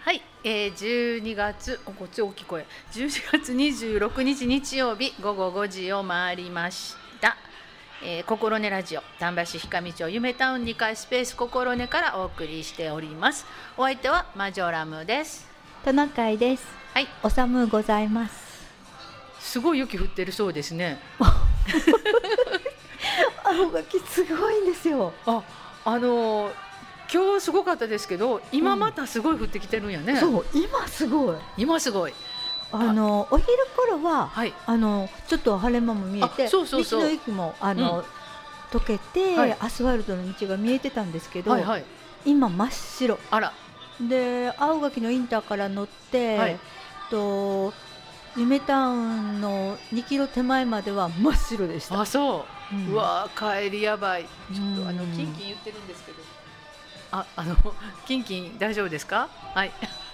はい、12月こっち大きい声12月26日日曜日午後5時を回りました。心根ラジオ丹波市氷上町夢タウン2階スペース心根からお送りしております。お相手はマジョラムです。 トナカイです。 はい、 お寒うございます。 すごい雪降ってるそうですね。 青垣すごいんですよ。 今日すごかったですけど今またすごい降ってきてるんやね。 そう今すごいお昼頃は、はい、ちょっと晴れ間も見えて道の駅も溶けて、はい、アスファルトの道が見えてたんですけど、はいはい、今真っ白。あらで青垣のインターから乗って、はい、夢タウンの2キロ手前までは真っ白でした。 あ、そう、うわ帰りやばい。ちょっとキンキン言ってるんですけどキンキン大丈夫ですか？はい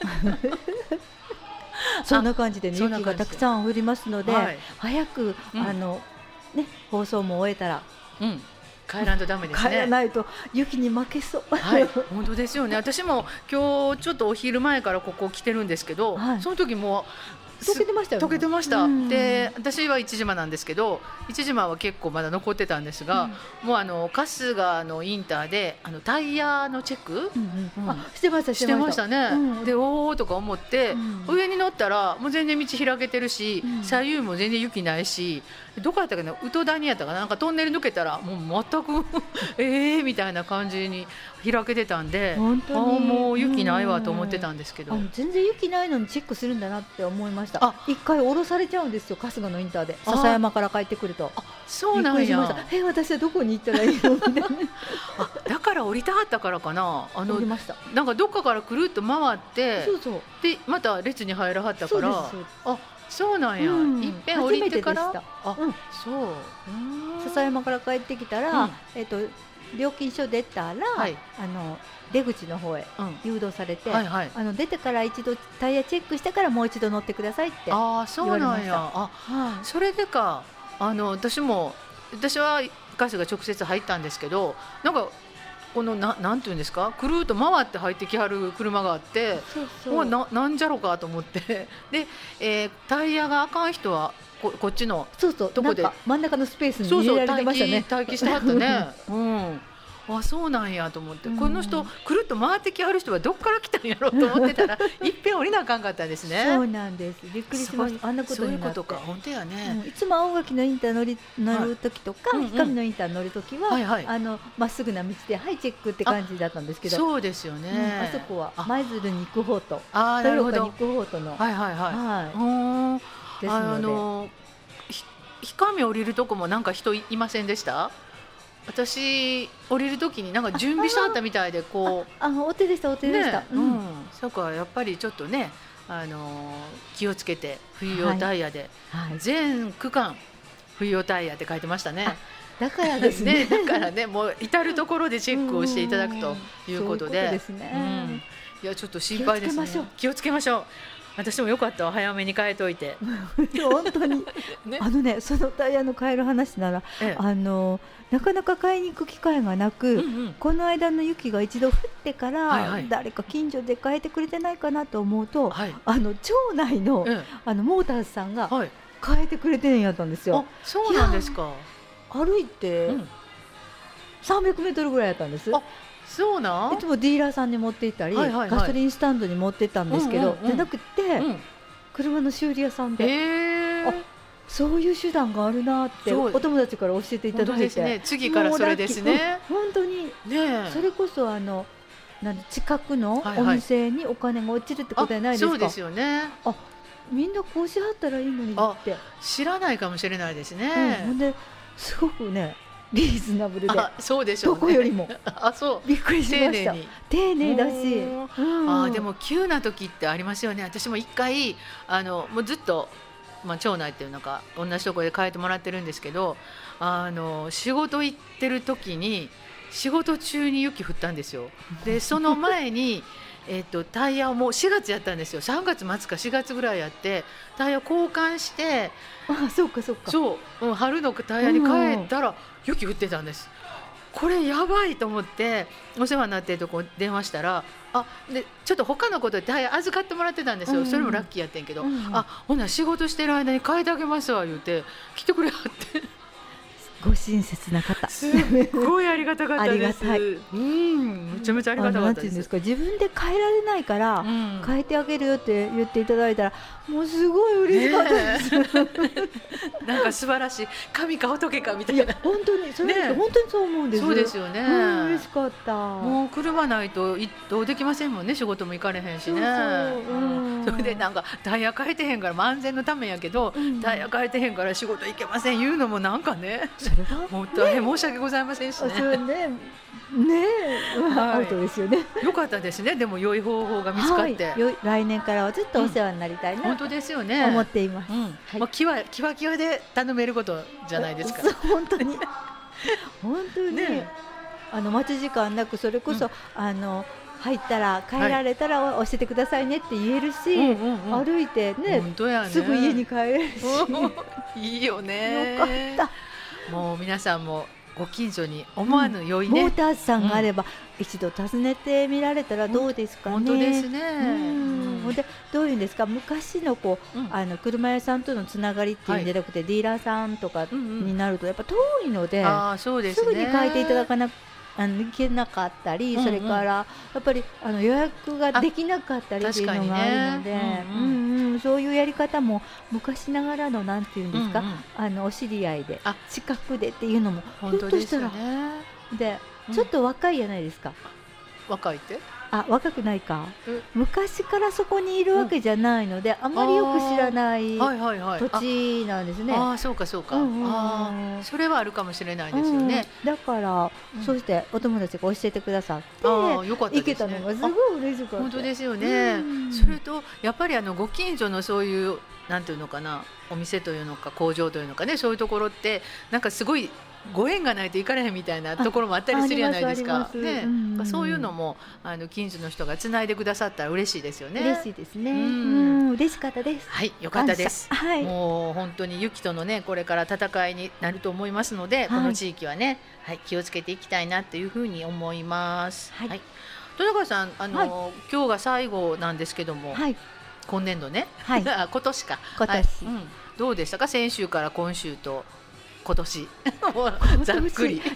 そんな感じで、ね、雪がたくさん降りますので、はい、早く、放送も終えたら、 帰らんとダメですね。 帰らないと雪に負けそう。 はい、本当ですよね。私も今日ちょっとお昼前からここ来てるんですけど、はい、その時も溶けてましたよね。 溶けてました。で、私は一島なんですけど、一島は結構まだ残ってたんですが、もう春日のインターでタイヤのチェック、 してましたね。で、おーとか思って、上に乗ったらもう全然道開けてるし、左右も全然雪ないし、どこやったかな、宇都谷やったかな、なんかトンネル抜けたらもう全くみたいな感じに開けてたんで、もう雪ないわと思ってたんですけど、 全然雪ないのにチェックするんだなって思いました。一回降ろされちゃうんですよ、春日のインターで。笹山から帰ってくると。 そうなんや。 私はどこに行ったらいいのみたいなだから降りたはったからかな。 降りました。 なんかどっかからくるっと回って、でまた列に入らはったから。そうなんや。いっぺん降りてから。そう。 笹山から帰ってきたら、料金所出たら、出口の方へ誘導されて、出てから一度タイヤチェックしてからもう一度乗ってくださいって言われました。 そうなんや。それでか。私はガスが直接入ったんですけど、なんかこのなんていうんですか、くるっと回って入ってきはる車があって、なんじゃろかと思ってで、タイヤがあかん人はこっちのとこで真ん中のスペースに入れられてましたね。 待機してはったね。そうなんやと思って、この人くるっと回ってきはる人はどっから来たんやろうと思ってたらいっぺん降りなあかんかったですね。 そうなんです。びっくりしました。あんなことになって。 そういうことか。本当やね。 いつも青垣のインター乗る時とか、氷上のインター乗る時はまっすぐな道でチェックって感じだったんですけど、 そうですよね。 あそこは舞鶴に行く方と豊岡に行く方とのですので、 氷上降りるとこもなんか人いませんでした？私降りるときになんか準備してあったみたいで、こうお手でした。 そこはやっぱりちょっとね、気をつけて冬用タイヤで、全区間冬用タイヤって書いてましたね。 だからですね。 だからね、もう至る所でチェックをしていただくということで、いやちょっと心配ですね。気をつけましょう。私もよかったわ、早めに変えといて。 本当にそのタイヤの変える話なら、なかなか買いに行く機会がなく、この間の雪が一度降ってから、誰か近所で変えてくれてないかなと思うと、町内のモーターズさんが変えてくれてんやったんですよ。 そうなんですか。 歩いて300メートルぐらいやったんです。 そうなん。 いつもディーラーさんに持っていったり、ガソリンスタンドに持ってったんですけど、じゃなくて、車の修理屋さんで、そういう手段があるなってお友達から教えていただいて、 次からそれですね。 本当にそれこそ近くのお店にお金が落ちるってことじゃないですか。 そうですよね。 みんなこうしはったらいいのにって知らないかもしれないですね。 ですごくねリーズナブルで、 そうでしょうね、 どこよりもびっくりしました。丁寧だし、 でも急な時ってありますよね。私も一回もうずっと、町内っていうのか同じところで変えてもらってるんですけど、仕事行ってる時に仕事中に雪降ったんですよ。でその前にタイヤをもう4月やったんですよ。3月末か4月ぐらいやってタイヤ交換して、 そうか春のタイヤに変えたら雪降ってたんです。 これやばいと思ってお世話になってるとこ電話したら、でちょっと他のことで預かってもらってたんですよ、それもラッキーやってんけど、ほな仕事してる間に変えてあげますわ言うて来てくれはってご親切な方、 すごいありがたかったです。めちゃめちゃありがたかったです。 自分で変えられないから、変えてあげるよって言っていただいたらもうすごい嬉しかったです、 なんか素晴らしい、神か仏かみたいな。本当にそれ、本当にそう思うんです。 そうですよね、 嬉しかった。 もう車ないと移動できませんもんね、仕事も行かれへんしね。それでなんかタイヤ変えてへんから、安全のためやけど、タイヤ変えてへんから仕事行けません言うのもなんかね、もう大変申し訳ございませんしね。 アウトですよね。 よかったですね。でも良い方法が見つかって、 来年からはずっとお世話になりたいな、 本当ですよね、 思っています。 キワキワで頼めることじゃないですか。 本当に本当に、待ち時間なく、それこそ入ったら帰られたら教えてくださいねって言えるし、歩いてねすぐ家に帰れるしいいよね。 よかった。 もう皆さんもご近所に思わぬ良いね、 モータースさんがあれば、一度訪ねてみられたらどうですかね。 本当ですね。 でどういうんですか、昔の車屋さんとのつながりっていうんじゃなくて、ディーラーさんとかになるとやっぱ遠いので、すぐに変えていただかなく行けなかったり、それからやっぱり予約ができなかったりっていうのがあるので、そういうやり方も昔ながらのなんていうんですか、お知り合いで近くでっていうのも本当ですよね。 でちょっと若いじゃないですか。 若いって？ 若くないか。昔からそこにいるわけじゃないので、あまりよく知らない土地なんですね。 そうかそうか。それはあるかもしれないですよね。 だからそうしてお友達が教えてくださって行けたのがすごい嬉しかった。 本当ですよね。それとやっぱりご近所のそういうなんていうのかな、お店というのか工場というのかね、そういうところってなんかすごいご縁がないと行かれへんみたいなところもあったりするじゃないですか。そういうのも近所の人がつないでくださったら嬉しいですよね。 嬉しいですね。嬉しかったです。 はい、よかったです。もう本当に雪とのねこれから戦いになると思いますので、この地域はね、気をつけていきたいなというふうに思います。豊川さん、今日が最後なんですけども、今年度ね、今年か。どうでしたか、先週から今週と。今年ざっくり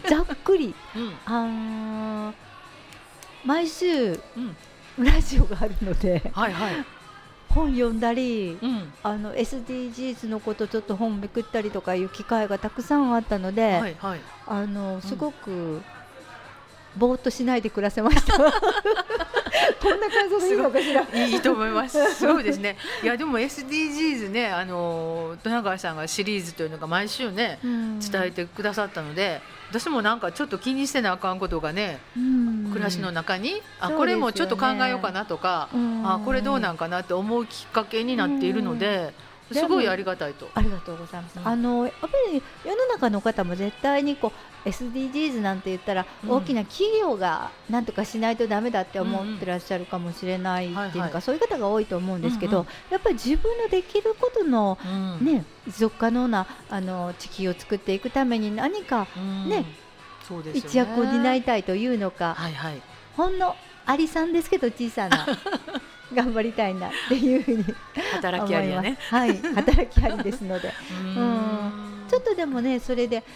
毎週ラジオがあるので、本読んだり、SDGs のことちょっと本めくったりとかいう機会がたくさんあったので、すごくぼーっとしないで暮らせましたこんな感想でいいのかしら。 いいと思います。すごいですね。いやでも SDGs ね、豊川さんがシリーズというのが毎週ね伝えてくださったので、私もなんかちょっと気にしてなあかんことがね、暮らしの中にこれもちょっと考えようかなとか、これどうなんかなって思うきっかけになっているので、すごいありがたいと。 ありがとうございます。やっぱり世の中の方も絶対にSDGs なんて言ったら大きな企業がなんとかしないとダメだって思ってらっしゃるかもしれないっていうか、そういう方が多いと思うんですけど、やっぱり自分のできることのね、持続可能な地球を作っていくために何かね、一役を担いたいというのか、ほんのアリさんですけど小さな頑張りたいなっていうふうに働きありやね。 働きありですので、ちょっとでもね、それで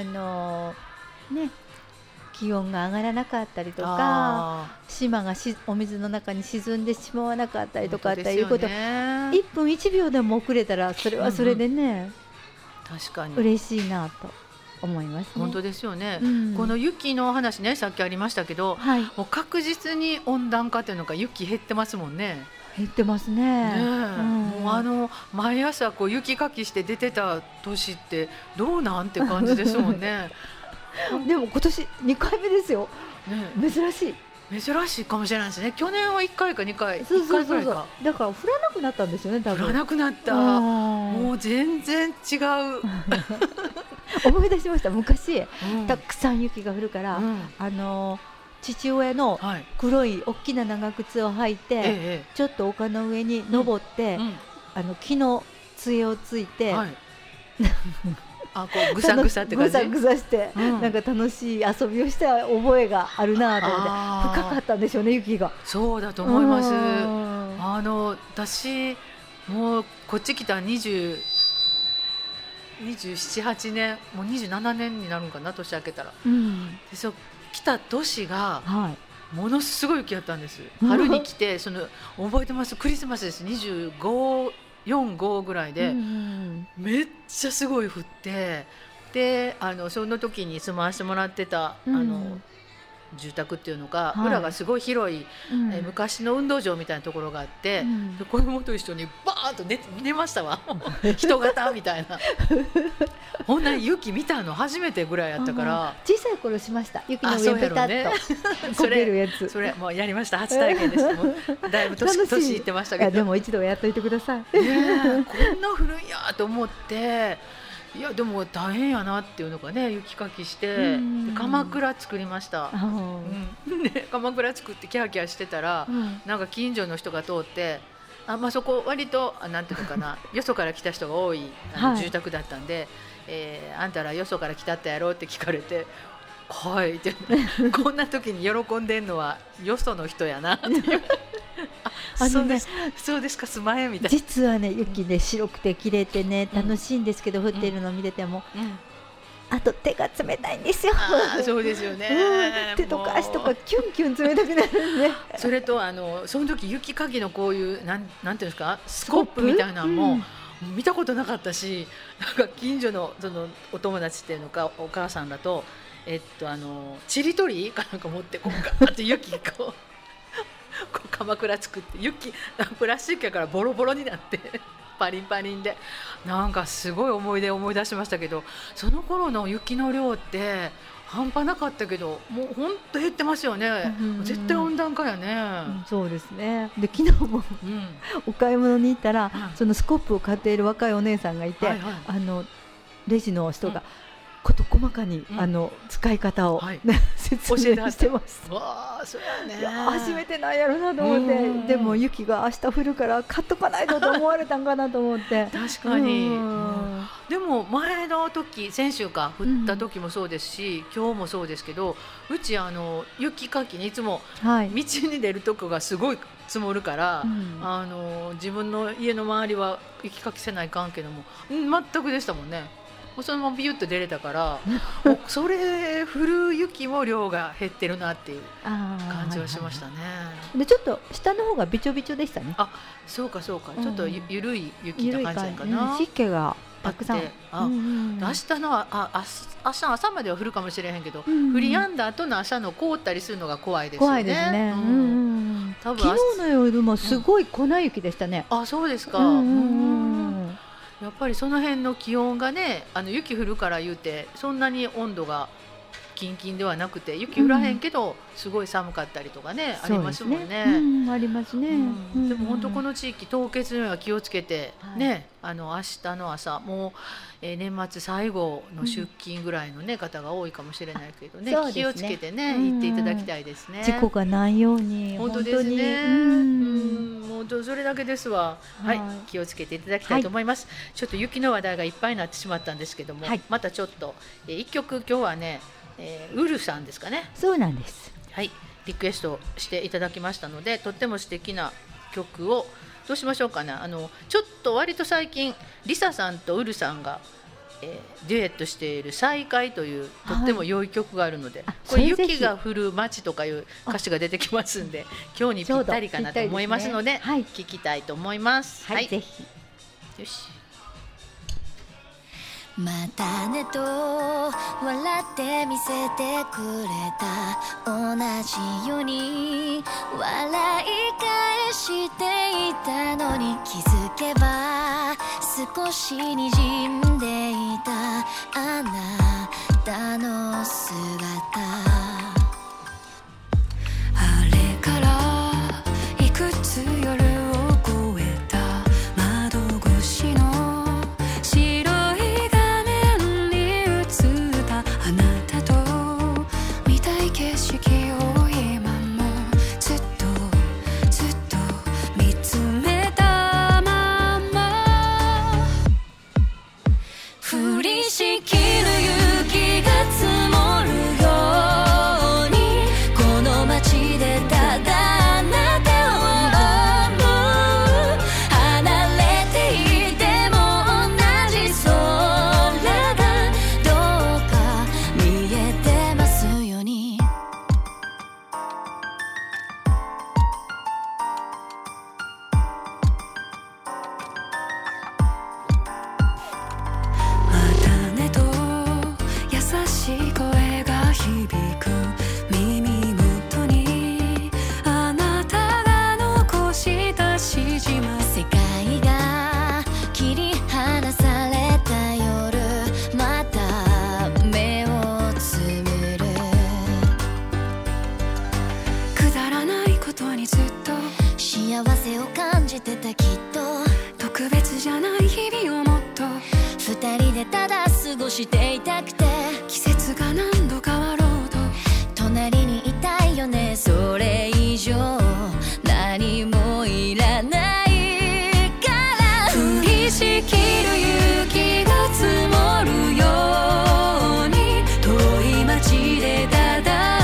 気温が上がらなかったりとか、島がお水の中に沈んでしまわなかったりとかっていうこと、1分1秒でも遅れたらそれはそれでね、 確かに嬉しいなと思いますね。 本当ですよね。この雪の話ね、さっきありましたけど、もう確実に温暖化というのが雪減ってますもんね。 減ってますね。 もう毎朝雪かきして出てた年ってどうなんて感じですもんね。 でも今年2回目ですよ。珍しいかもしれないですね。去年は1回か2回、 1回ぐらいか。だから降らなくなったんですよね、多分。 降らなくなった。もう全然違う。 思い出しました。昔、たくさん雪が降るから、父親の黒い大きな長靴を履いて、ちょっと丘の上に登って、木の杖をついて、 こうぐさぐさって感じ、 ぐさぐさして、なんか楽しい遊びをした覚えがあるなと思って、深かったんでしょうね、雪が。 そうだと思います。私もうこっち来た27、8年、もう27年になるんかな、年明けたら、でそう来た年が、ものすごい雪だったんです。春に来て、覚えてます、クリスマスです、25、4、5ぐらいで、めっちゃすごい降って、でその時に住まわせてもらってた住宅っていうのが、裏がすごい広い、昔の運動場みたいなところがあって、子供と一緒にバーンと 寝ましたわ人型みたいなほんな雪見たの初めてぐらいやったから、 小さい頃しました、雪の上ペタッとこけるやつ。 それもうやりました、初体験でした。もうだいぶ年いってましたけど、 でも一度やっといてください。 こんな降るんやと思って、いやでも大変やなっていうのがね、雪かきして鎌倉作りました、鎌倉作ってキャーキャーしてたら、なんか近所の人が通って、そこ割となんていうのかなよそから来た人が多い住宅だったんで、あんたらよそから来たったやろって聞かれて、はいってこんな時に喜んでんのはよその人やなっていうそうですか、すまへんみたいな。 実はね、雪ね、白くて綺麗でね、楽しいんですけど、降っているのを見てても、あと手が冷たいんですよ。 そうですよね、 手とか足とかキュンキュン冷たくなるね。 それとその時雪かきのこういうなんていうんですか、スコップみたいなのも見たことなかったし、なんか近所のお友達っていうのかお母さんだと、ちりとりかなんか持ってこうガーッと雪こう鎌倉作って、雪プラスチックやからボロボロになってパリンパリンで、なんかすごい思い出しましたけど、その頃の雪の量って半端なかったけど、もうほんと減ってますよね、絶対温暖化やね、 そうですね。で昨日も、お買い物に行ったら、そのスコップを買っている若いお姉さんがいて、レジの人が、こと細かに、使い方を、説明してます。 そうやね、 いや初めてなんやろなと思って、でも雪が明日降るから買っとかないとと思われたんかなと思って確かに、でも前の時、先週か降った時もそうですし、今日もそうですけど、うち雪かきにいつも道に出るとこがすごい積もるから、自分の家の周りは雪かきせないかんけども、全くでしたもんね。そのままビュッと出れたからそれ降る雪も量が減ってるなっていう感じはしましたね。 でちょっと下の方がびちょびちょでしたね。 そうかそうか、ちょっとゆるい雪な感じかな。 湿気がたくさん明日の明日朝までは降るかもしれへんけど、降り止んだ後の朝の凍ったりするのが怖いですよね。 怖いですね。昨日の夜もすごい粉雪でしたね。 そうですか。やっぱりその辺の気温がね、雪降るから言うてそんなに温度がキンキンではなくて、雪降らへんけどすごい寒かったりとかね、ありますもんね。 ありますね。 でも本当この地域凍結には気をつけてね、明日の朝もう、年末最後の出勤ぐらいの、方が多いかもしれないけどね、気をつけてね、行っていただきたいですね。 事故がないように。 本当ですね。本当それだけですわ。気をつけていただきたいと思います。ちょっと雪の話題がいっぱいになってしまったんですけども、またちょっと一曲今日はね、ウルさんですかね。 そうなんです。 リクエストしていただきましたので、とっても素敵な曲をどうしましょうかな。ちょっと割と最近リサさんとウルさんが、デュエットしている再会というとっても良い曲があるので、これ雪が降る街とかいう歌詞が出てきますんで、今日にぴったりかなと思いますので、聞きたいと思います。 ぜひ。 よし。 またねと笑って見せてくれた、同じように笑い返していたのに、気づけば少しにじんでいたあなたの姿。あれからいくつ夜を越えた窓越しの降りしきにずっと幸せを感じてたきっと特別じゃない日々をもっと二人でただ過ごしていたくて季節が何度変わろうと隣にいたいよねそれ以上何もいらないから降りしきる雪が積もるように遠い街でただ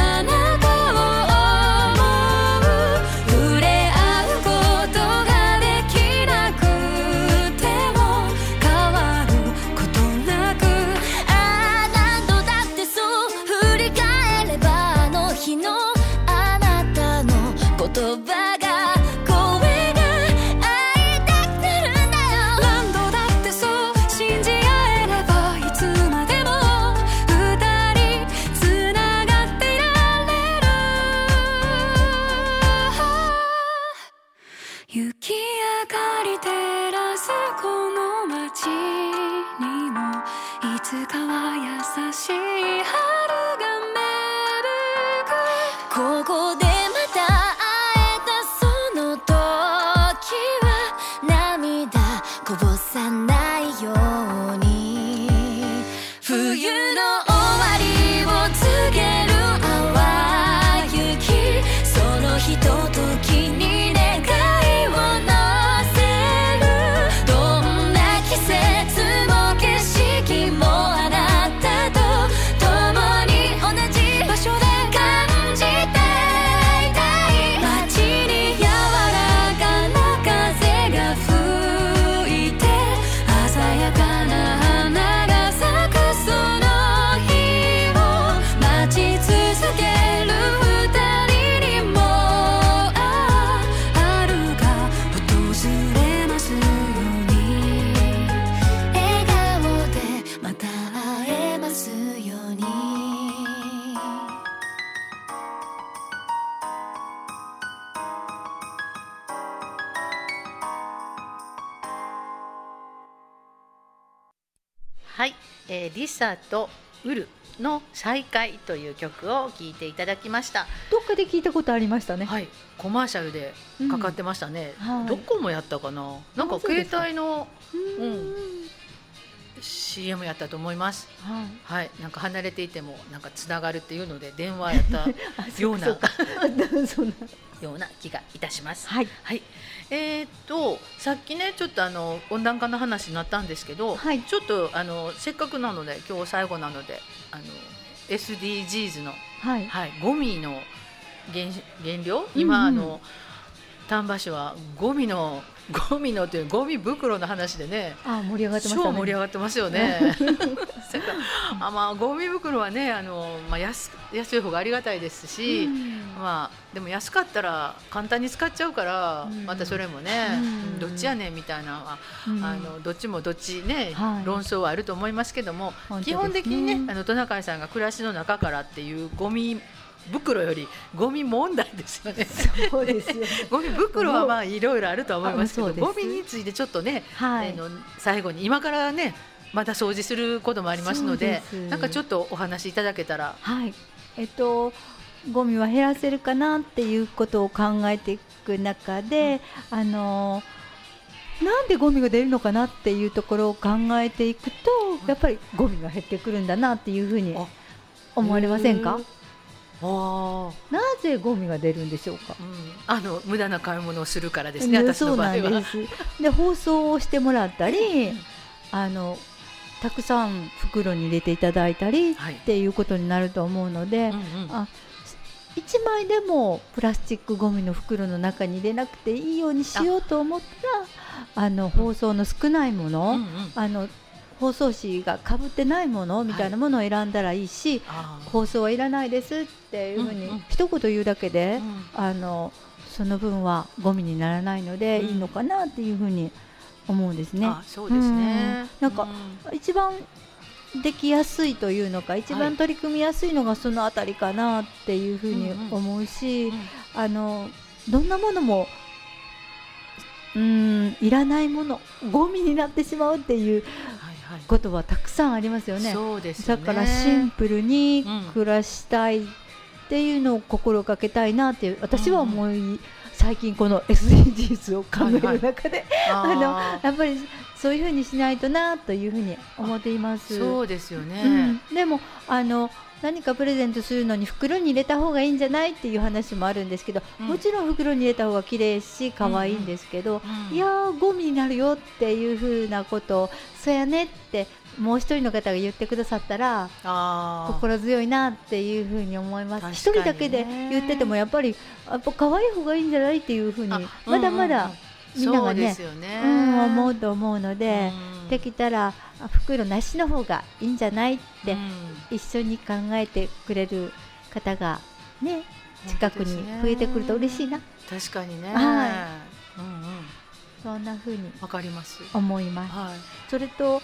はい、リサとウルの再会という曲を聴いていただきました。 どっかで聞いたことありましたね。 はい、コマーシャルでかかってましたね、どこもやったかな、なんか携帯のCM やったと思います。はい、なんか離れていてもなんかつながるっていうので電話やったようなような気がいたします。はい、はい、さっきねちょっと温暖化の話になったんですけど、はい、ちょっとせっかくなので今日最後なのでSDGs の、はいはい、ゴミの原料、今丹波市はゴミのというゴミ袋の話でね、 盛り上がってましたね。 超盛り上がってますよね。ゴミ袋はね安い方がありがたいですし、でも安かったら簡単に使っちゃうから、またそれもね、どっちやねんみたいなどっちもどっちね、論争はあると思いますけども、基本的にねトナカイさんが暮らしの中からっていうゴミ袋よりゴミ問題ですよね。 そうですよね。 ゴミ袋はいろいろあるとは思いますけど、ゴミについてちょっとね、最後に今からねまた掃除することもありますので、なんかちょっとお話いただけたら。 はい、ゴミは減らせるかなっていうことを考えていく中で、なんでゴミが出るのかなっていうところを考えていくと、やっぱりゴミが減ってくるんだなっていうふうに思われませんか？なぜゴミが出るんでしょうか？ 無駄な買い物をするからですね、私の場合は。 そうなんです。で、包装をしてもらったり、たくさん袋に入れていただいたりっていうことになると思うので、1枚でもプラスチックゴミの袋の中に入れなくていいようにしようと思ったら、包装の少ないもの、包装紙がかぶってないものみたいなものを選んだらいいし、包装はいらないですっていうふうに一言言うだけで、その分はゴミにならないのでいいのかなっていうふうに思うんですね。 そうですね。 なんか一番できやすいというのか、一番取り組みやすいのがそのあたりかなっていうふうに思うし、どんなものもいらないもの、ゴミになってしまうっていうことはたくさんありますよね。 そうですね。 だからシンプルに暮らしたいっていうのを心がけたいなって私は思い最近この SDGs を考える中で、やっぱりそういうふうにしないとなというふうに思っています。 そうですよね、 でも何かプレゼントするのに袋に入れた方がいいんじゃないっていう話もあるんですけど、もちろん袋に入れた方が綺麗し可愛いんですけど、いやーゴミになるよっていうふうなことをそうやねってもう一人の方が言ってくださったら心強いなっていうふうに思います。一人だけで言っててもやっぱ可愛い方がいいんじゃないっていうふうにまだまだみんながね、思うと思うので、できたら袋なしの方がいいんじゃないって一緒に考えてくれる方がね近くに増えてくると嬉しいな。 確かにね、 そんな風にわかります思います。それと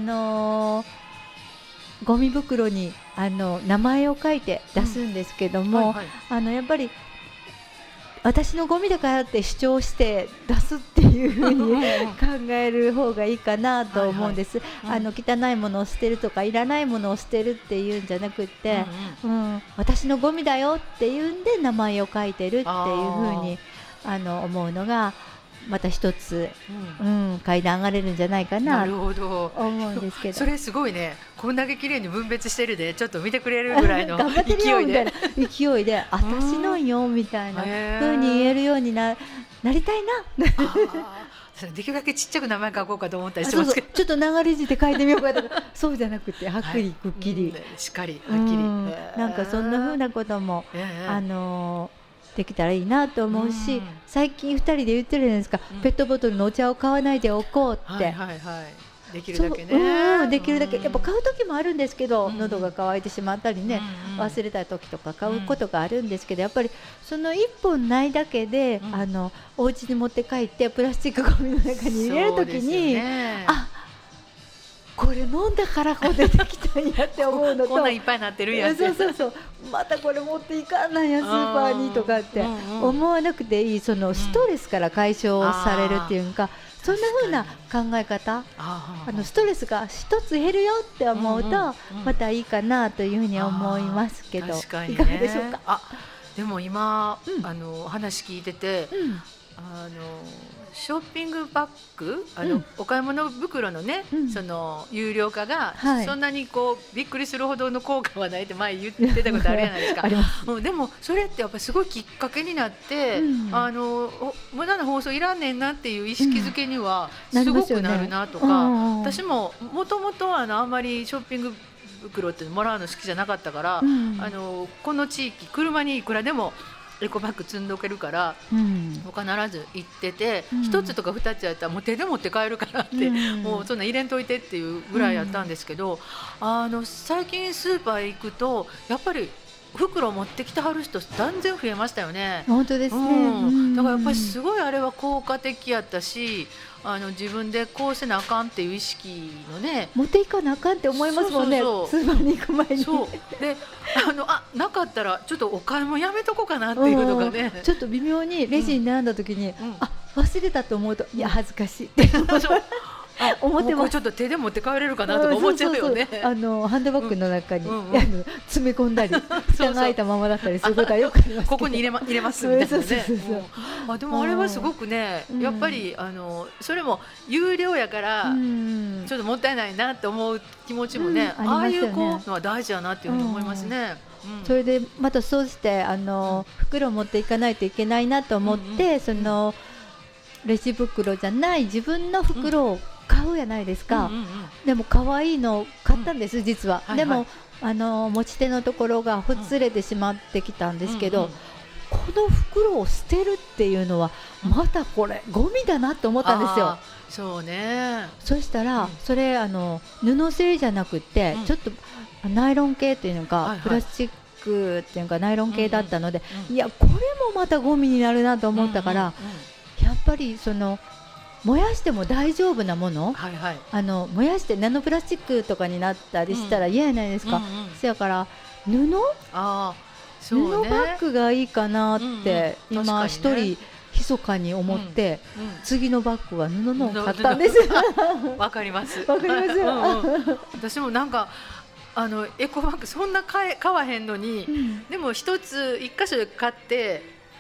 ゴミ袋に名前を書いて出すんですけども、やっぱり私のゴミだからって主張して出すっていう風に考える方がいいかなと思うんです。汚いものを捨てるとかいらないものを捨てるっていうんじゃなくって、私のゴミだよっていうんで名前を書いてるっていう風に思うのがまた一つ、階段上がれるんじゃないかなと思うんですけど、 それすごいね。こんだけ綺麗に分別してるでちょっと見てくれるぐらいの頑張ってるよみたいな勢いで私のよみたいな風に言えるようになりたいな。 できるだけちっちゃく名前書こうかと思ったりしますけど、 ちょっと流れ字で書いてみようかとかそうじゃなくてはっきりくっきり、 しっかりはっきり、 なんかそんな風なこともできたらいいなと思うし、最近2人で言ってるじゃないですか、ペットボトルのお茶を買わないでおこうって、 できるだけね、 できるだけやっぱ買う時もあるんですけど、喉が渇いてしまったりね、忘れた時とか買うことがあるんですけど、やっぱりその1本ないだけで、お家に持って帰ってプラスチックゴミの中に入れる時に、これ飲んだからこう出てきたんやって思うのとこんなんいっぱいなってるやつ、 そうまたこれ持っていかんなんやスーパーにとかって思わなくていい、そのストレスから解消されるっていうか、そんな風な考え方、ストレスが一つ減るよって思うとまたいいかなというふうに思いますけど、いかがでしょうか。 でも今、話聞いてて、ショッピングバッグ、お買い物袋のね、その有料化が、そんなにこうびっくりするほどの効果はないって前言ってたことあるじゃないですか。でもそれってやっぱりすごいきっかけになって、無駄な包装いらんねんなっていう意識づけにはすごくなるなとか、私ももともとあんまりショッピング袋ってもらうの好きじゃなかったから、この地域車にいくらでもエコバッグ積んどけるから、必ず行ってて、1つとか2つやったらもう手で持って帰るからって、もうそんな入れんといてっていうぐらいやったんですけど、最近スーパー行くとやっぱり袋を持ってきてはる人断然増えましたよね。 本当ですね、 だからやっぱりすごいあれは効果的やったし、自分でこうせなあかんっていう意識のね、 持っていかなあかんって思いますもんね、スーパーに行く前に。 でなかったらちょっとお買い物やめとこうかなっていうのがね、 ちょっと微妙にレジに並んだ時に、忘れたと思うと、いや恥ずかしいって思ってます。 ちょっと手で持って帰れるかなとか思っちゃうよね。 ハンドバッグの中に詰め込んだり蓋が開いたままだったりすることはよくあります。 ここに入れますみたいなね。でもあれはすごくね、やっぱりそれも有料やからちょっともったいないなって思う気持ちもね、ああいうのは大事やなっていうふうに思いますね。 それでまたそうして袋を持っていかないといけないなと思って、そのレジ袋じゃない自分の袋を買うやないですか。でも可愛いのを買ったんです、実は。でも持ち手のところがほつれてしまってきたんですけど、この袋を捨てるっていうのはまたこれゴミだなと思ったんですよ。 そうね。 そしたらそれ布製じゃなくて、ちょっとナイロン系っていうのか、プラスチックっていうかナイロン系だったので、いやこれもまたゴミになるなと思ったから、やっぱりその燃やしても大丈夫なもの、燃やしてナノプラスチックとかになったりしたら嫌やないですか。そやから布バッグがいいかなって今一人密かに思って、次のバッグは布のを買ったんです。 わかります。 わかります。 私もなんかエコバッグそんな買わへんのに、でも一箇所で買って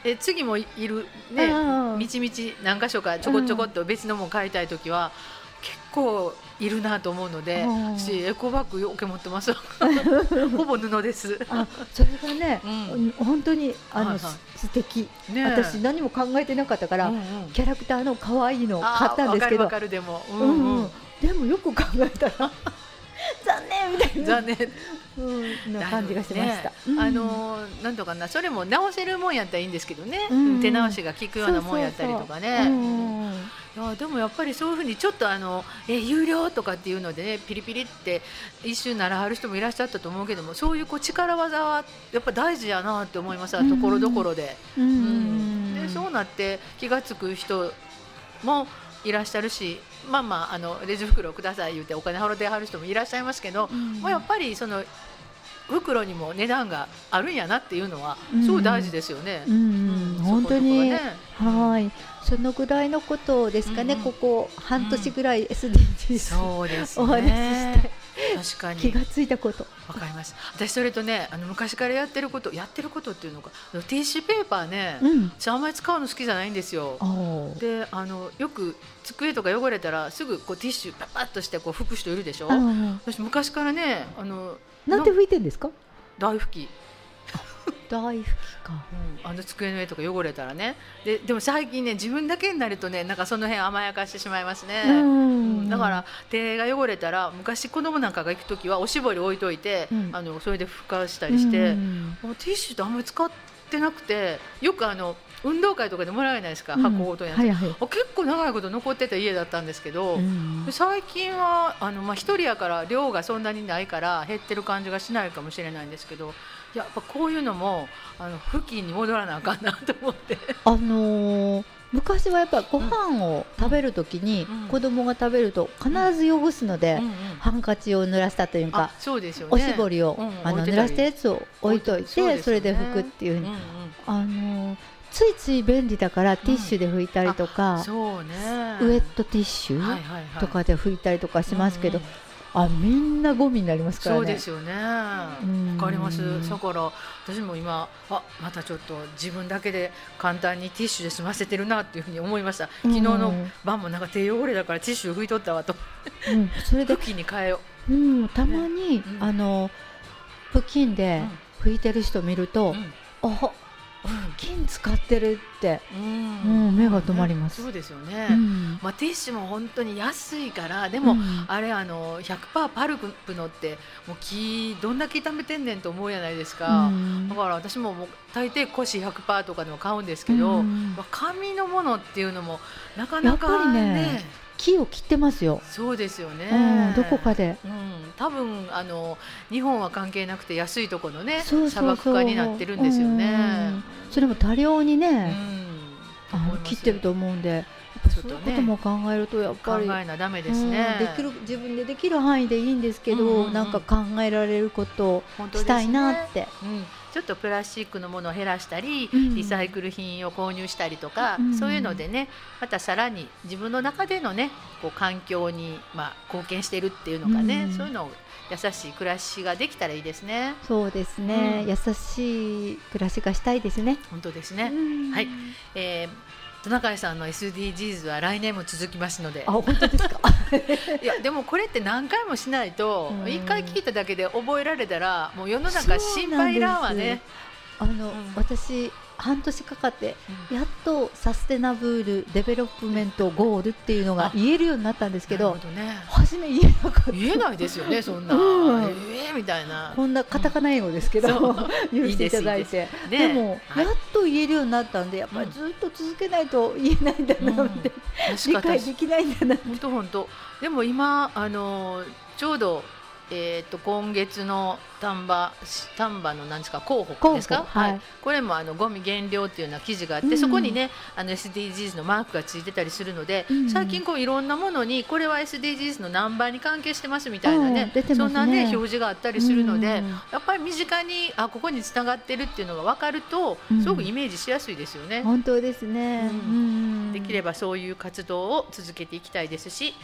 次もいるね、みちみち何箇所かちょこちょこっと別のも買いたいときは結構いるなと思うので、エコバッグよく持ってますほぼ布です。 それがね、本当に素敵、私何も考えてなかったから、キャラクターの可愛いのを買ったんですけど、 でもよく考えたら残念みたいな残念な感じがしました。 なんとかな、それも直せるもんやったらいいんですけどね、手直しが効くようなもんやったりとかね。いやでもやっぱりそういうふうにちょっと有料とかっていうのでね、ピリピリって一瞬ならはる人もいらっしゃったと思うけども、そういう力技はやっぱ大事やなって思います。ところどころで、でそうなって気が付く人もいらっしゃるし、レジ袋ください言ってお金払ってはる人もいらっしゃいますけど、やっぱりその袋にも値段があるんやなっていうのはすごい大事ですよね。 本当に、そのぐらいのことですかね。ここ半年ぐらい SDGs お話しして確かに気がついたこと。 わかります。私それとね、昔からやってることっていうのが、ティッシュペーパーね、あんまり使うの好きじゃないんですよ。でよく机とか汚れたらすぐティッシュパッとして拭く人いるでしょ。私昔からね、 なんて拭いてんですか？ 大拭き。 大拭きか、 机の上とか汚れたらね。でも最近ね、自分だけになるとね、なんかその辺甘やかしてしまいますね。だから手が汚れたら、昔子供なんかが行くときはおしぼり置いといて、それで拭かしたりして、もうティッシュってあんまり使ってなくて、よく運動会とかでもらえないですか、箱ごとに、結構長いこと残ってた家だったんですけど、最近は一人やから量がそんなにないから減ってる感じがしないかもしれないんですけど、やっぱこういうのも付近に戻らなあかんなと思って。 昔はやっぱご飯を食べるときに、子供が食べると必ず汚すので、ハンカチを濡らしたというか、おしぼりを濡らしたやつを置いといて、それで拭くっていうふうに、ついつい便利だからティッシュで拭いたりとか、ウエットティッシュとかで拭いたりとかしますけど、みんなゴミになりますからね。 そうですよね。わかります。だから私も今またちょっと自分だけで簡単にティッシュで済ませてるなっていうふうに思いました。昨日の晩もなんか手汚れだからティッシュ拭いとったわと、それで拭きに変えよう。 たまに布巾で拭いてる人見ると、布巾使ってるって目が止まります。 そうですよね。ティッシュも本当に安いから、でもあれ100% パルプのってもうどんだけ炒めてんねんと思うじゃないですか。だから私も大抵古紙 100% とかでも買うんですけど、紙のものっていうのもなかなかね、 木を切ってますよ。 そうですよね。 どこかで、 多分日本は関係なくて安いところのね、砂漠化になってるんですよね。 それも多量にね、切ってると思うんで、そういうことも考えるとやっぱり考えなダメですね。 自分でできる範囲でいいんですけど、なんか考えられることをしたいなって。 ちょっとプラスチックのものを減らしたり、リサイクル品を購入したりとか、そういうのでね、またさらに自分の中でのね、環境に貢献しているっていうのがね、そういうのを優しい暮らしができたらいいですね。 そうですね、優しい暮らしがしたいですね。 本当ですね。はい、トナカイさんの SDGs は来年も続きますので。 本当ですか？ いやでもこれって何回もしないと、1回聞いただけで覚えられたらもう世の中心配いらんわね。 私半年かかってやっとサステナブルデベロップメントゴールっていうのが言えるようになったんですけど、初め言えなかった。 言えないですよね、そんなみたいな、 こんなカタカナ英語ですけど許していただいて、でもやっと言えるようになったんで、やっぱりずっと続けないと言えないんだなって理解できないんだなって。 本当でも今ちょうど今月の丹波の何ですか、広報ですか、これもゴミ減量っていうような記事があって、そこにねSDGs のマークがついてたりするので、最近いろんなものにこれは SDGs の何番に関係してますみたいなね、そんなね表示があったりするので、やっぱり身近にここにつながってるっていうのが分かると、すごくイメージしやすいですよね。 本当ですね。 できればそういう活動を続けていきたいですし、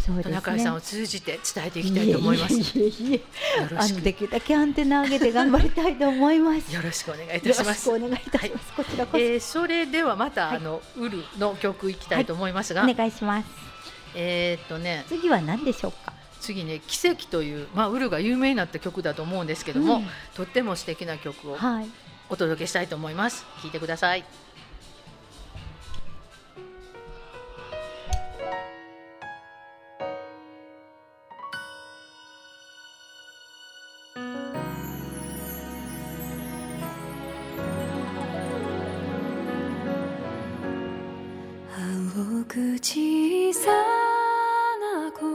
ね、 中井さんを通じて伝えていきたいと思います。 できるだけアンテナ上げて頑張りたいと思います。 よろしくお願いいたします。 よろしくお願いいたします。こちらこそ。 それではまたウルの曲いきたいと思いますが、 お願いします。次は何でしょうか。 次ね、奇跡という、ウルが有名になった曲だと思うんですけども、とっても素敵な曲をお届けしたいと思います。聴いてください。 小さな心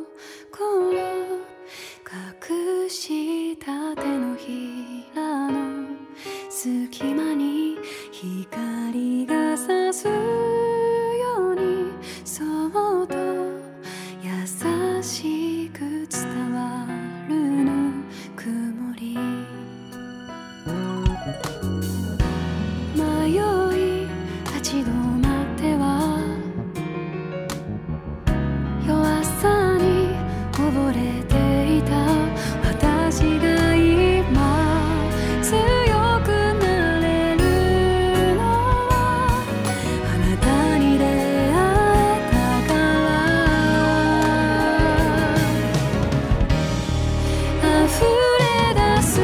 隠した手のひらの隙間に光が差すようにそっと優しく伝わるぬくもり迷い立ち止まっては弱さに溺れていた私が今強くなれるのはあなたに出会えたから溢れ出す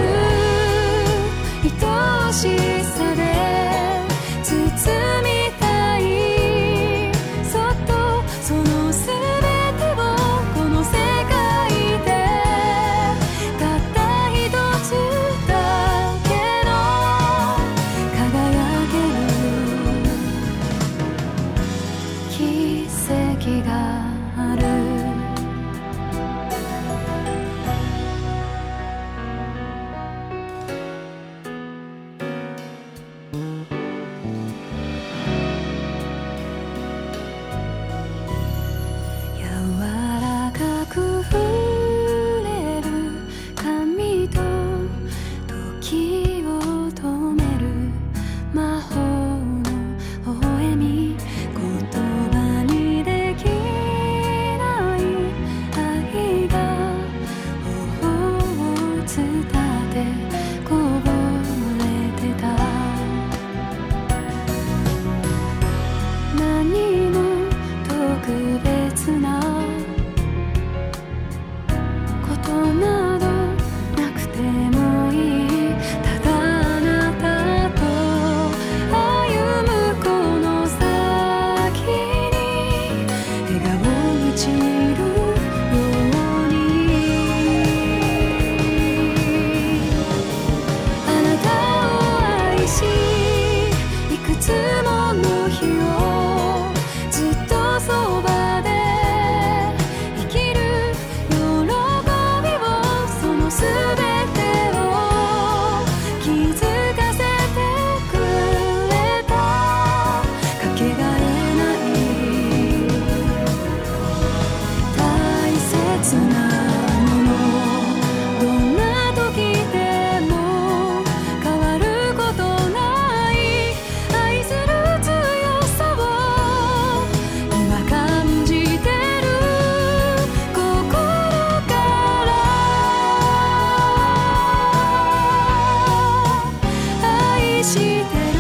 愛しさで包みたいそっとその全てをこの世界でたった一つだけの輝ける奇跡がある柔らかく触れる髪と時を止める魔法の微笑み言葉にできない愛が頬を伝ってこぼれてた何も特別なことなどなくてもいいただあなたと歩むこの先に笑顔満ちるようにあなたを愛しいくつもの日をずっとそばで生きる喜びをそのすべてを気づかせてくれたかけがえない大切なものどんな時でも変わることない愛する強さを今感じてる心から愛してる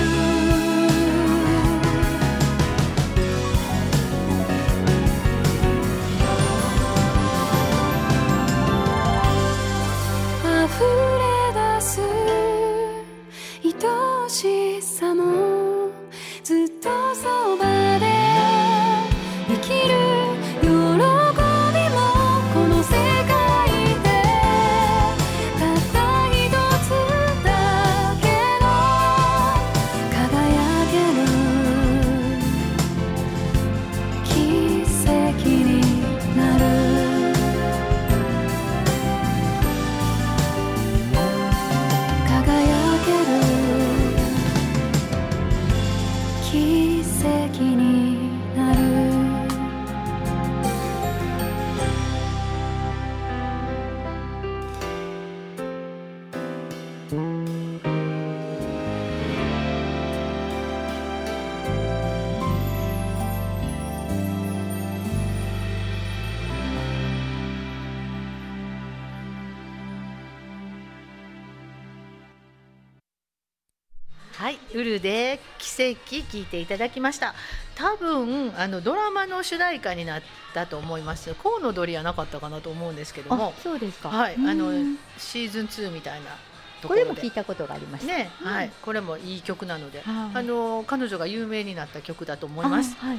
溢れ出す愛しさもずっとそばで生きる喜びもこの世界でたった一つだけの輝ける奇跡になる輝ける奇跡になるウルで奇跡聞いていただきました。多分ドラマの主題歌になったと思います。コウノドリはなかったかなと思うんですけども。 そうですか。 はい、シーズン2みたいなところでこれも聞いたことがありましたね。はい、これもいい曲なので、彼女が有名になった曲だと思います。はい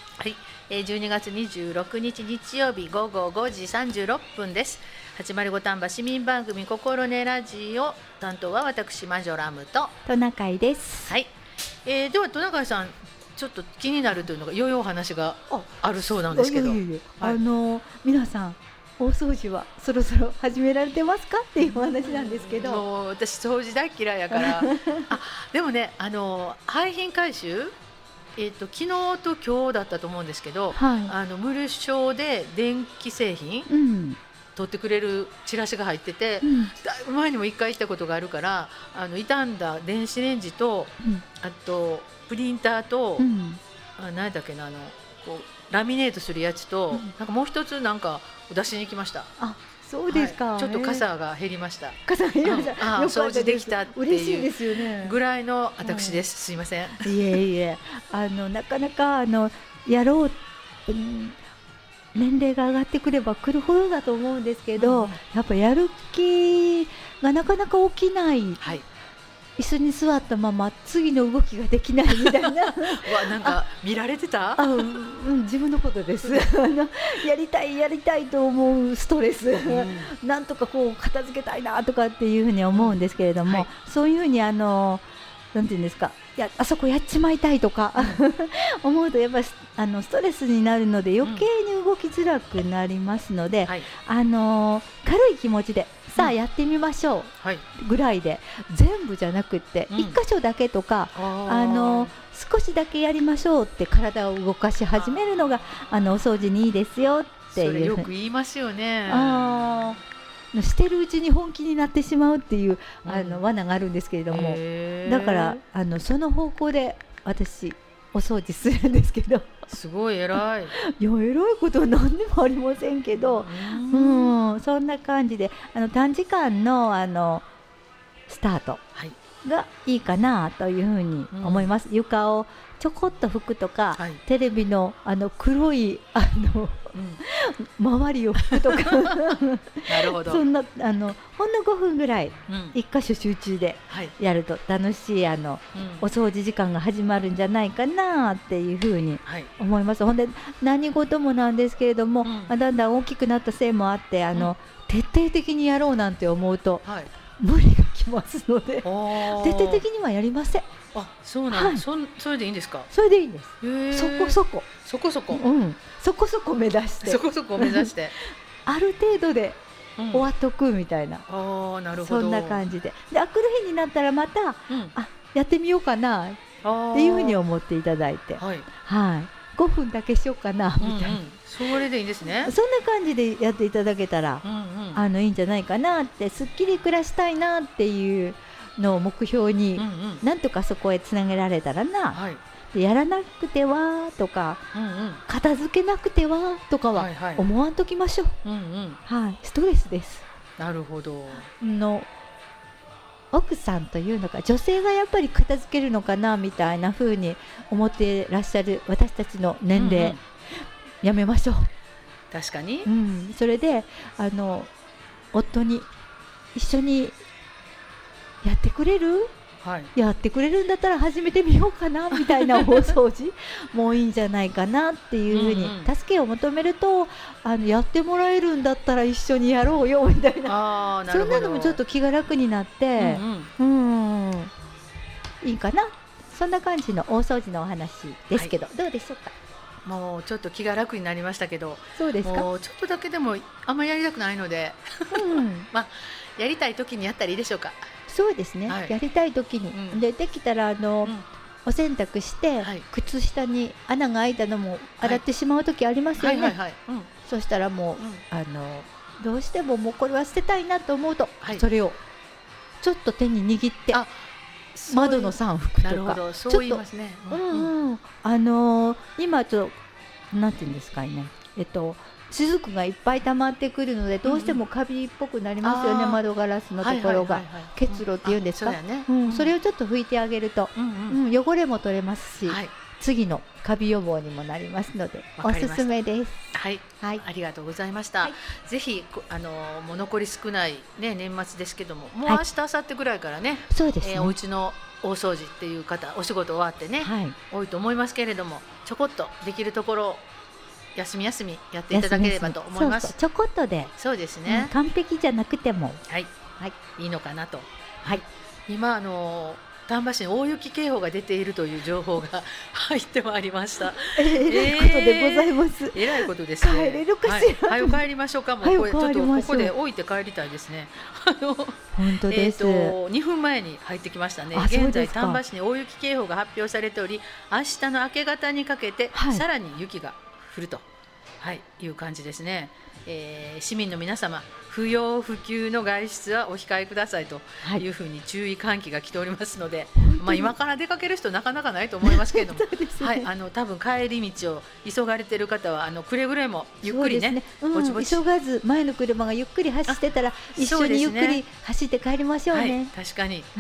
、12月26日日曜日午後5時36分です。805丹波市民番組心根ラジオ、担当は私マジョラムとトナカイです。 はい、ではトナカイさん、ちょっと気になるというのが良いお話があるそうなんですけど、 皆さん大掃除はそろそろ始められてますかっていうお話なんですけど、 もう私掃除大嫌いやからでもね、廃品回収、昨日と今日だったと思うんですけど、無償で電気製品、取ってくれるチラシが入ってて、だいぶ前にも1回行ったことがあるから、傷んだ電子レンジと、あとプリンターと、何だっけな、こうラミネートするやつと、なんかもう一つなんか出しに行きました。 あ、そうですか。 ちょっと傘が減りました。 傘が減りました。 掃除できたって嬉しいでいすよね。 うぐらいの私です。すいません。 いえいえ、なかなかやろう、年齢が上がってくればくるほどだと思うんですけど、やっぱやる気がなかなか起きない。椅子に座ったまま次の動きができないみたいななんか見られてた？ 自分のことですやりたいと思うストレス、なんとかこう片付けたいなとかっていうふうに思うんですけれども、そういうふうになんていうんですか、あそこやっちまいたいとか思うとやっぱりストレスになるので余計に動きづらくなりますので、軽い気持ちでさあやってみましょうぐらいで、全部じゃなくって1箇所だけとか、少しだけやりましょうって体を動かし始めるのがお掃除にいいですよっていう。 それよく言いますよね。 してるうちに本気になってしまうっていう罠があるんですけれども、だからその方向で私お掃除するんですけどすごい偉い。 いや、偉いことは何でもありませんけど、そんな感じで短時間のスタートがいいかなというふうに思います。床をちょこっと拭くとか、テレビの黒い周りを拭くとかなるほど。 そんなほんの5分ぐらい一箇所集中でやると楽しいお掃除時間が始まるんじゃないかなっていうふうに思います。ほんで何事もなんですけれども、だんだん大きくなったせいもあって徹底的にやろうなんて思うと無理がきますので、徹底的にはやりません。 そうなんです。それでいいんですか？ それでいいんです。そこそこ目指してある程度で終わっとくみたいな、 なるほど。 そんな感じで、来る日になったらまたやってみようかなっていうふうに思っていただいて、5分だけしようかなみたいな、 それでいいんですね。 そんな感じでやっていただけたらいいんじゃないかなって、すっきり暮らしたいなっていうのを目標に、なんとかそこへつなげられたらな、でやらなくてはとか、片付けなくてはとかは思わんときましょう。ストレスです。 なるほど。 奥さんというのか女性がやっぱり片付けるのかなみたいな風に思ってらっしゃる私たちの年齢、やめましょう。 確かに、 それで夫に一緒にやってくれる、やってくれるんだったら始めてみようかなみたいな大掃除もういいんじゃないかなっていうふうに助けを求めると、やってもらえるんだったら一緒にやろうよみたいな、そんなのもちょっと気が楽になって、いいかな。そんな感じの大掃除のお話ですけど、どうでしょうか？ もうちょっと気が楽になりましたけど。 そうですか？ もうちょっとだけでもあんまりやりたくないのでやりたい時にやったらいいでしょうか？ そうですね、やりたい時に、できたらお洗濯して、靴下に穴が開いたのも洗ってしまう時ありますよね。そしたらもう、どうしてももうこれは捨てたいなと思うと、それをちょっと手に握って窓の3拭くとか、 そう言いますね。 今ちょっとなんていうんですかね、 雫がいっぱい溜まってくるのでどうしてもカビっぽくなりますよね、窓ガラスのところが結露っていうんですか、それをちょっと拭いてあげると、汚れも取れますし、次のカビ予防にもなりますのでおすすめです。 はい、ありがとうございました。ぜひもう残り少ないね年末ですけども、もう明日明後日ぐらいからね、 そうですね、 お家の大掃除っていう方、お仕事終わってね、多いと思いますけれども、ちょこっとできるところ休み休みやっていただければと思います。 ちょこっとで、 そうですね、 完璧じゃなくてもいいのかなと。今丹波市に大雪警報が出ているという情報が入ってまいりました。 えらいことでございます。 えらいことですね。 帰れるかしら。 早く帰りましょうか。もうこれちょっとここで置いて帰りたいですね。 本当です。 2分前に入ってきましたね。現在丹波市に大雪警報が発表されており、明日の明け方にかけてさらに雪が降ると、いう感じですね。市民の皆様、不要不急の外出はお控えくださいというふうに注意喚起が来ておりますので、今から出かける人なかなかないと思いますけれども、多分帰り道を急がれている方はくれぐれもゆっくりね、ぼちぼち急がず、前の車がゆっくり走ってたら一緒にゆっくり走って帰りましょうね。 確かに。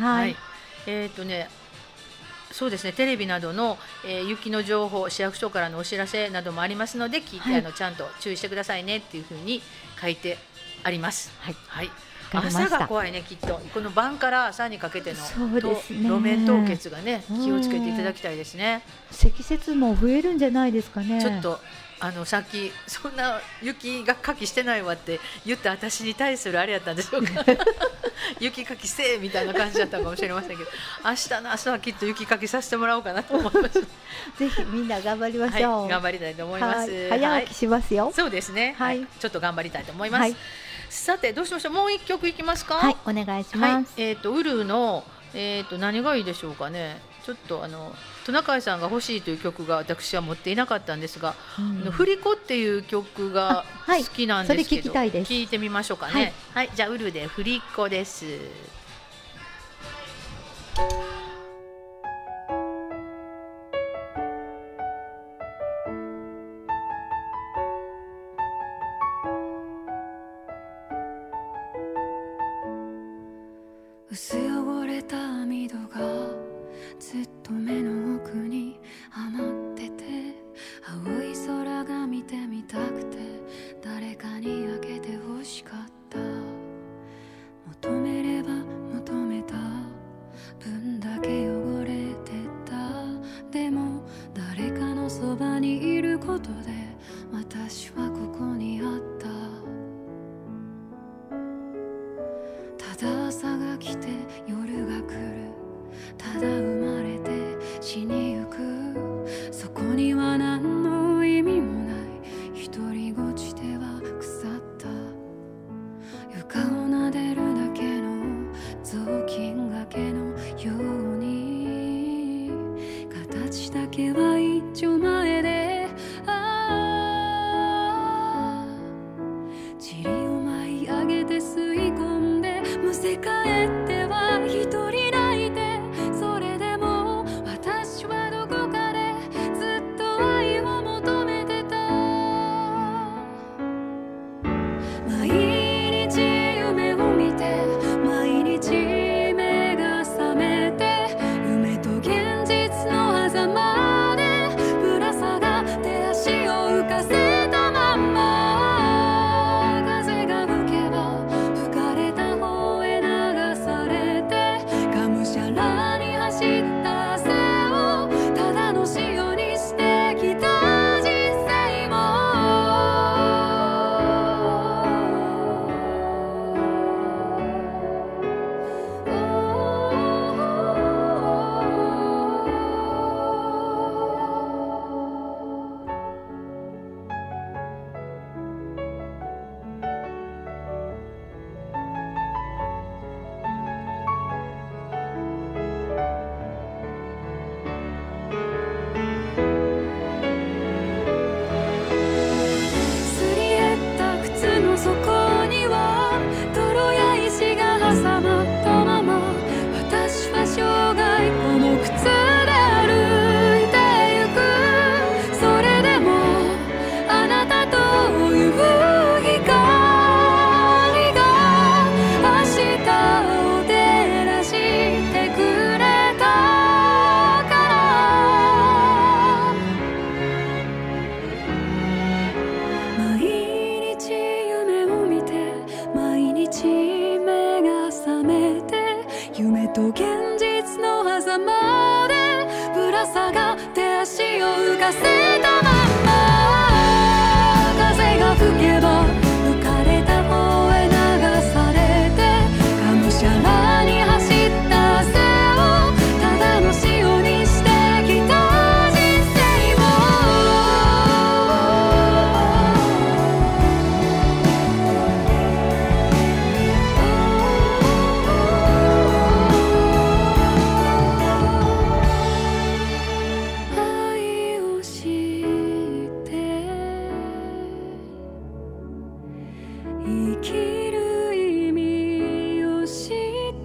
そうですね、テレビなどの、雪の情報、市役所からのお知らせなどもありますので、聞いてちゃんと注意してくださいねっていうふうに書いてあります。朝が怖いね、きっとこの晩から朝にかけての、路面凍結がね、気をつけていただきたいですね。 積雪も増えるんじゃないですかね。 ちょっとさっきそんな雪がかきしてないわって言った私に対するあれやったんでしょうか雪かきせえみたいな感じだったかもしれませんけど、明日の朝はきっと雪かきさせてもらおうかなと思います。 ぜひみんな頑張りましょう。 頑張りたいと思います。 早起きしますよ。 そうですね、ちょっと頑張りたいと思います。さてどうしましょう、もう一曲いきますか。 お願いします。 ウルの何がいいでしょうかね。ちょっとトナカイさんが欲しいという曲が私は持っていなかったんですが、振り子っていう曲が好きなんですけど、 それ聞きたいです。 聞いてみましょうかね。じゃあウルで振り子です。 薄汚れた網戸がずっと目の奥にはまってて、青い空が見てみたくて誰かに開けて欲しかった。求めれば求めた分だけ汚れてた。でも誰かのそばにいることで私はここにあった。ただ朝が来て夜が来る、ただ生まれて死にゆく、そこには何の意味もない独りごちでは腐った床を撫でるだけの雑巾がけのように、形だけは一丁前で、塵を舞い上げて吸い込んでむせ返っては一人泣いて、それでも私はどこかでずっと愛を求めてた。毎日夢を見て毎日目が覚めて、夢と現実の狭間でぶら下がって足を浮かせたまんま、風が吹けば吹かれた方へ流されと現実の狭間でぶら下がって足を浮かせたまんま、風が吹けば浮かれた方へ流されて、がむしゃらに走った汗をただの塩にしてきた人生も、愛をして生きる意味を知った、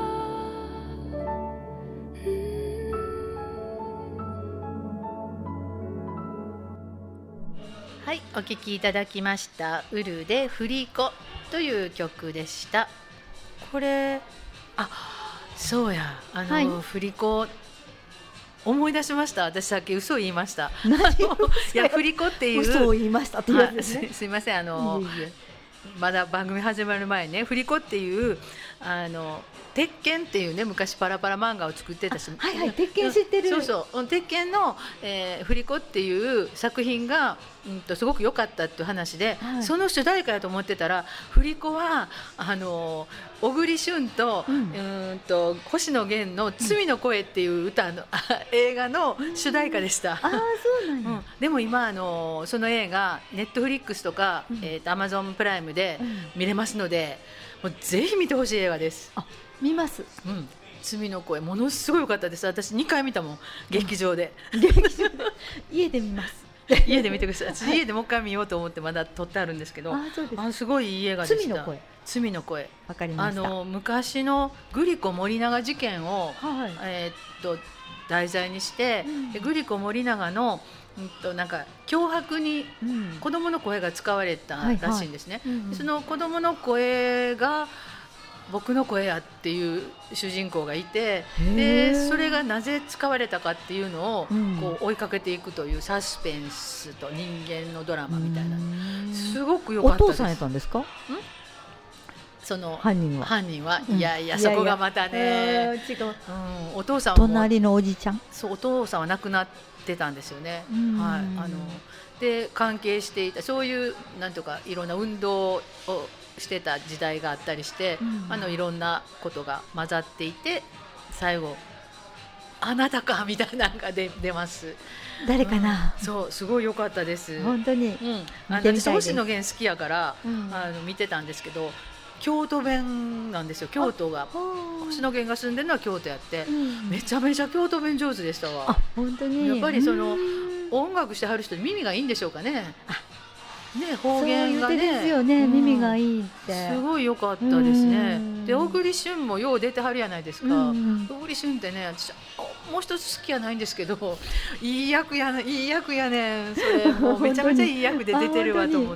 はい、お聴きいただきましたウルで振り子という曲でした。これそうやはい振り子思い出しました。私さっき嘘言いました。いや振り子っていう嘘を言いましたっていうやつですね。 すいませんいえいえまだ番組始まる前にね、振り子っていう鉄拳っていうね昔パラパラ漫画を作ってたし、 はいはい、鉄拳知ってる。 そうそう、鉄拳の、振り子っていう作品が、すごく良かったっていう話で、 はい、 その主題歌だと思ってたら、振り子は小栗旬と、星野源の「罪の声」っていう歌の、映画の主題歌でした。 そうなんや。 でも今その映画ネットフリックスとか、Amazon プライムで見れますので、もうぜひ見てほしい映画です。 見ます。 罪の声ものすごい良かったです。私2回見たもん、劇場で。 家で見ます。 家で見てください。私家でもう一回見ようと思ってまだ撮ってあるんですけど、すごいいい映画でした。罪の声。 わかりました。 昔のグリコ森永事件を、題材にして、グリコ森永のなんか脅迫に子供の声が使われたらしいんですね。その子供の声が僕の声やっていう主人公がいて、でそれがなぜ使われたかっていうのをこう追いかけていくというサスペンスと人間のドラマみたいな、すごく良かったです。 お父さんやったんですか？ その犯人は、 いやいや、そこがまたね、 違う、 お父さんも隣のおじちゃん、 そう、お父さんは亡くなってたんですよね。で関係していた、そういうなんとかいろんな運動をしてた時代があったりして、いろんなことが混ざっていて、最後あなたかみたいなのが出ます。 誰かな、 そう、すごい良かったです。 本当に、 私星野源好きやから、見てたんですけど、京都弁なんですよ。京都が星野源が住んでるのは京都やって、めちゃめちゃ京都弁上手でしたわ。 本当に。 やっぱりその音楽してはる人耳がいいんでしょうかね。方言がね、 そう言ってですよね、耳がいいってすごい良かったですね。で小栗旬もよう出てはるやないですか。小栗旬ってね、私もう一つ好きやないんですけど、いい役やねん。それもうめちゃめちゃいい役で出てるわと思って、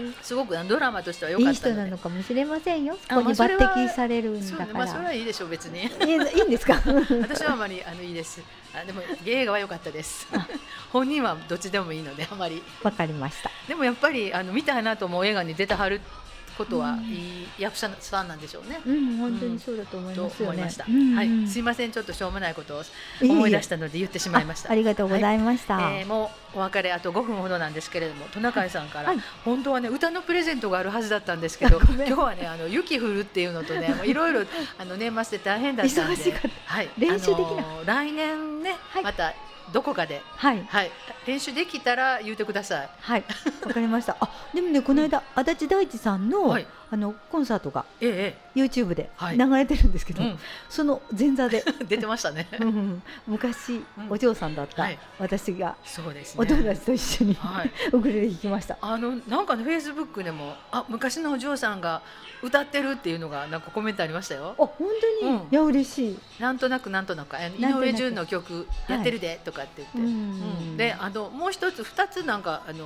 すごくドラマとしては良かったので。 いい人なのかもしれませんよ。そこに抜擢されるんだから。 それはいいでしょう、別に。 いいんですか？ 私はあまりいいです。でも映画は良かったです。本人はどっちでもいいので、あまり。 わかりました。 でもやっぱり見たいなと思う映画に出てはることはいい役者さんなんでしょうね。 本当にそうだと思いますよね。 はい、すいません、ちょっとしょうもないことを思い出したので言ってしまいました。 ありがとうございました。 もうお別れあと5分ほどなんですけれども、トナカイさんから本当はね、歌のプレゼントがあるはずだったんですけど、今日はね雪降るっていうのとね、いろいろ年末で大変だったんで、 練習できない。 来年ね、またどこかで、練習できたら言ってください。 はい、わかりました。でもね、この間足立大地さんのコンサートが YouTube で流れてるんですけど、その前座で出てましたね。 昔お嬢さんだった私がお友達と一緒にウクレレ弾きました。 なんかね、フェイスブックでも昔のお嬢さんが歌ってるっていうのがなんかコメントありましたよ。 本当に、いや嬉しい。 なんとなく井上順の曲やってるでとかって言って、でもう一つ2つなんか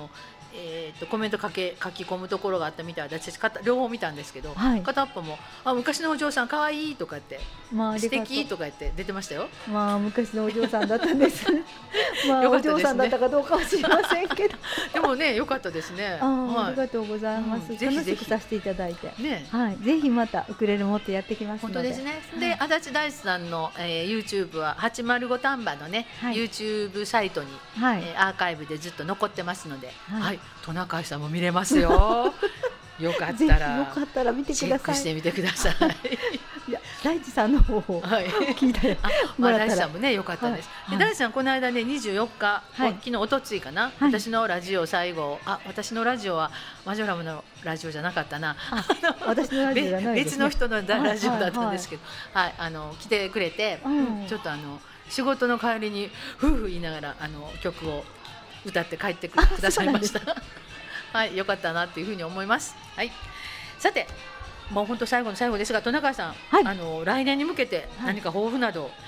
コメント書き込むところがあったみたいで、私両方見たんですけど、片っぽも昔のお嬢さんかわいいとか言って、素敵とか言って出てましたよ。 昔のお嬢さんだったんですお嬢さんだったかどうかは知りませんけどでもね、良かったですね。 ありがとうございます。楽しくさせていただいて、ぜひまたウクレレ持ってやってきますので。 本当ですね。で、足立大地さんの YouTube は805丹波のね YouTube サイトにアーカイブでずっと残ってますので、トナカイさんも見れますよ。よかったら見てください。チェックしてみてください。 いや、大地さんの方を聞いたら、 大地さんもね良かったです。大地さんこの間ね24日、昨日おとついかな、私のラジオ最後、私のラジオはマジョラムのラジオじゃなかったな。 私のラジオじゃないですね。 別の人のラジオだったんですけど、来てくれて、ちょっと仕事の帰りに夫婦言いながら曲を歌って帰ってくださいました。はい、良かったなっていうふうに思います。はい、さて、もう本当最後の最後ですが、トナカイさん、来年に向けて何か抱負など。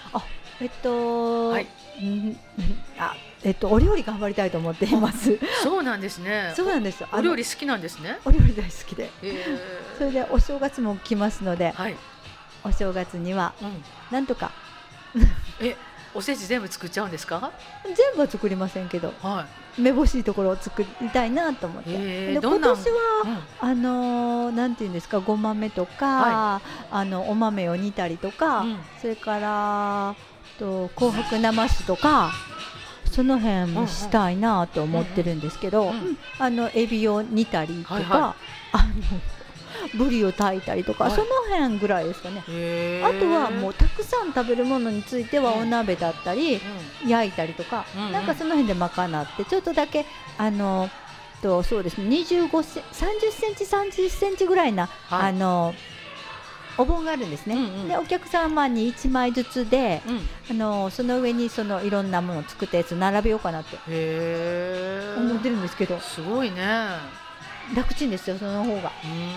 お料理頑張りたいと思っています。 そうなんですね。 そうなんです。 お料理好きなんですね。 お料理大好きで。それでお正月も来ますので、お正月にはなんとか。 おせち全部作っちゃうんですか？ 全部は作りませんけど、めぼしいところを作りたいなと思って。で今年はなんていうんですか、ごまめとか、お豆を煮たりとか、それから紅白なますとか、その辺もしたいなと思ってるんですけど、エビを煮たりとか、ブリを炊いたりとか、その辺ぐらいですかね。あとはもうたくさん食べるものについてはお鍋だったり、焼いたりとか、なんかその辺で賄って、ちょっとだけそうですね、30センチ30センチぐらいなお盆があるんですね。でお客様に1枚ずつで、その上にいろんなものを作ったやつ並べようかなって思ってるんですけど。 すごいね。 楽ちんですよ、その方が。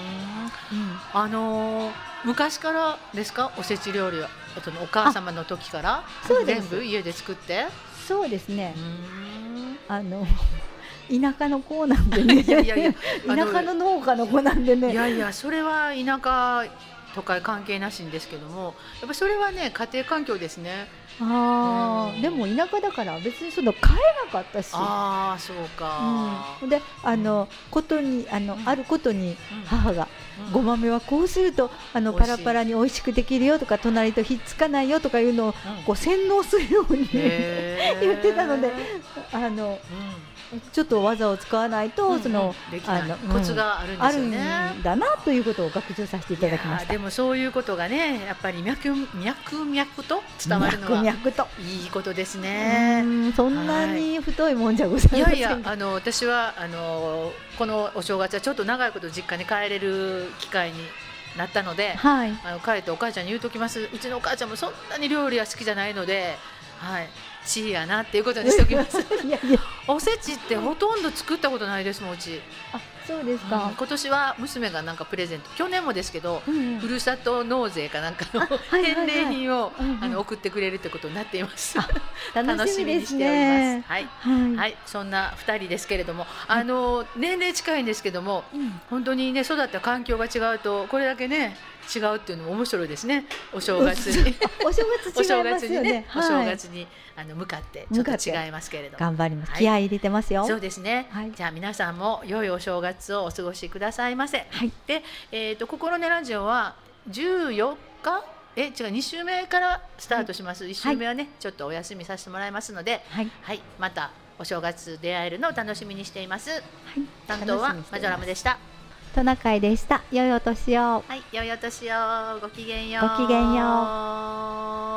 昔からですか、おせち料理は。お母様の時から全部家で作って。 そうですね。田舎の子なんでね。田舎の農家の子なんでね。 いやいや、それは田舎都会関係なしんですけども、やっぱそれはね、家庭環境ですね。 でも田舎だから別に買えなかったし。 そうか。 でことにあることに母が、ごまめはこうするとパラパラに美味しくできるよとか、隣とひっつかないよとかいうのを洗脳するように言ってたので、ちょっと技を使わないとコツがあるんですよね。 あるんだなということを学習させていただきました。 でもそういうことがね、やっぱり脈々と伝わるのはいいことですね。 そんなに太いもんじゃございません。 いやいや、私はこのお正月はちょっと長いこと実家に帰れる機会になったので、帰ってお母ちゃんに言うときます。うちのお母ちゃんもそんなに料理は好きじゃないので、地位やなっていうことにしておきます。おせちってほとんど作ったことないですもん、うち。 そうですか。 今年は娘がなんかプレゼント、去年もですけど、ふるさと納税かなんかの返礼品を送ってくれるってことになっています。楽しみにしております。はい、そんな2人ですけれども、年齢近いんですけども、本当にね、育った環境が違うとこれだけね違うっていうのも面白いですね。お正月にお正月にね、 お正月に向かってちょっと違いますけれども、 頑張ります。気合い入れてますよ。 そうですね。じゃあ皆さんも良いお正月をお過ごしくださいませ。で、心根ラジオは14日違う2週目からスタートします。1週目はね、ちょっとお休みさせてもらいますので、またお正月出会えるのを楽しみにしています。担当はマジョラムでした。 トナカイでした。良いお年を。 良いお年を。ごきげんよう。 ごきげんよう。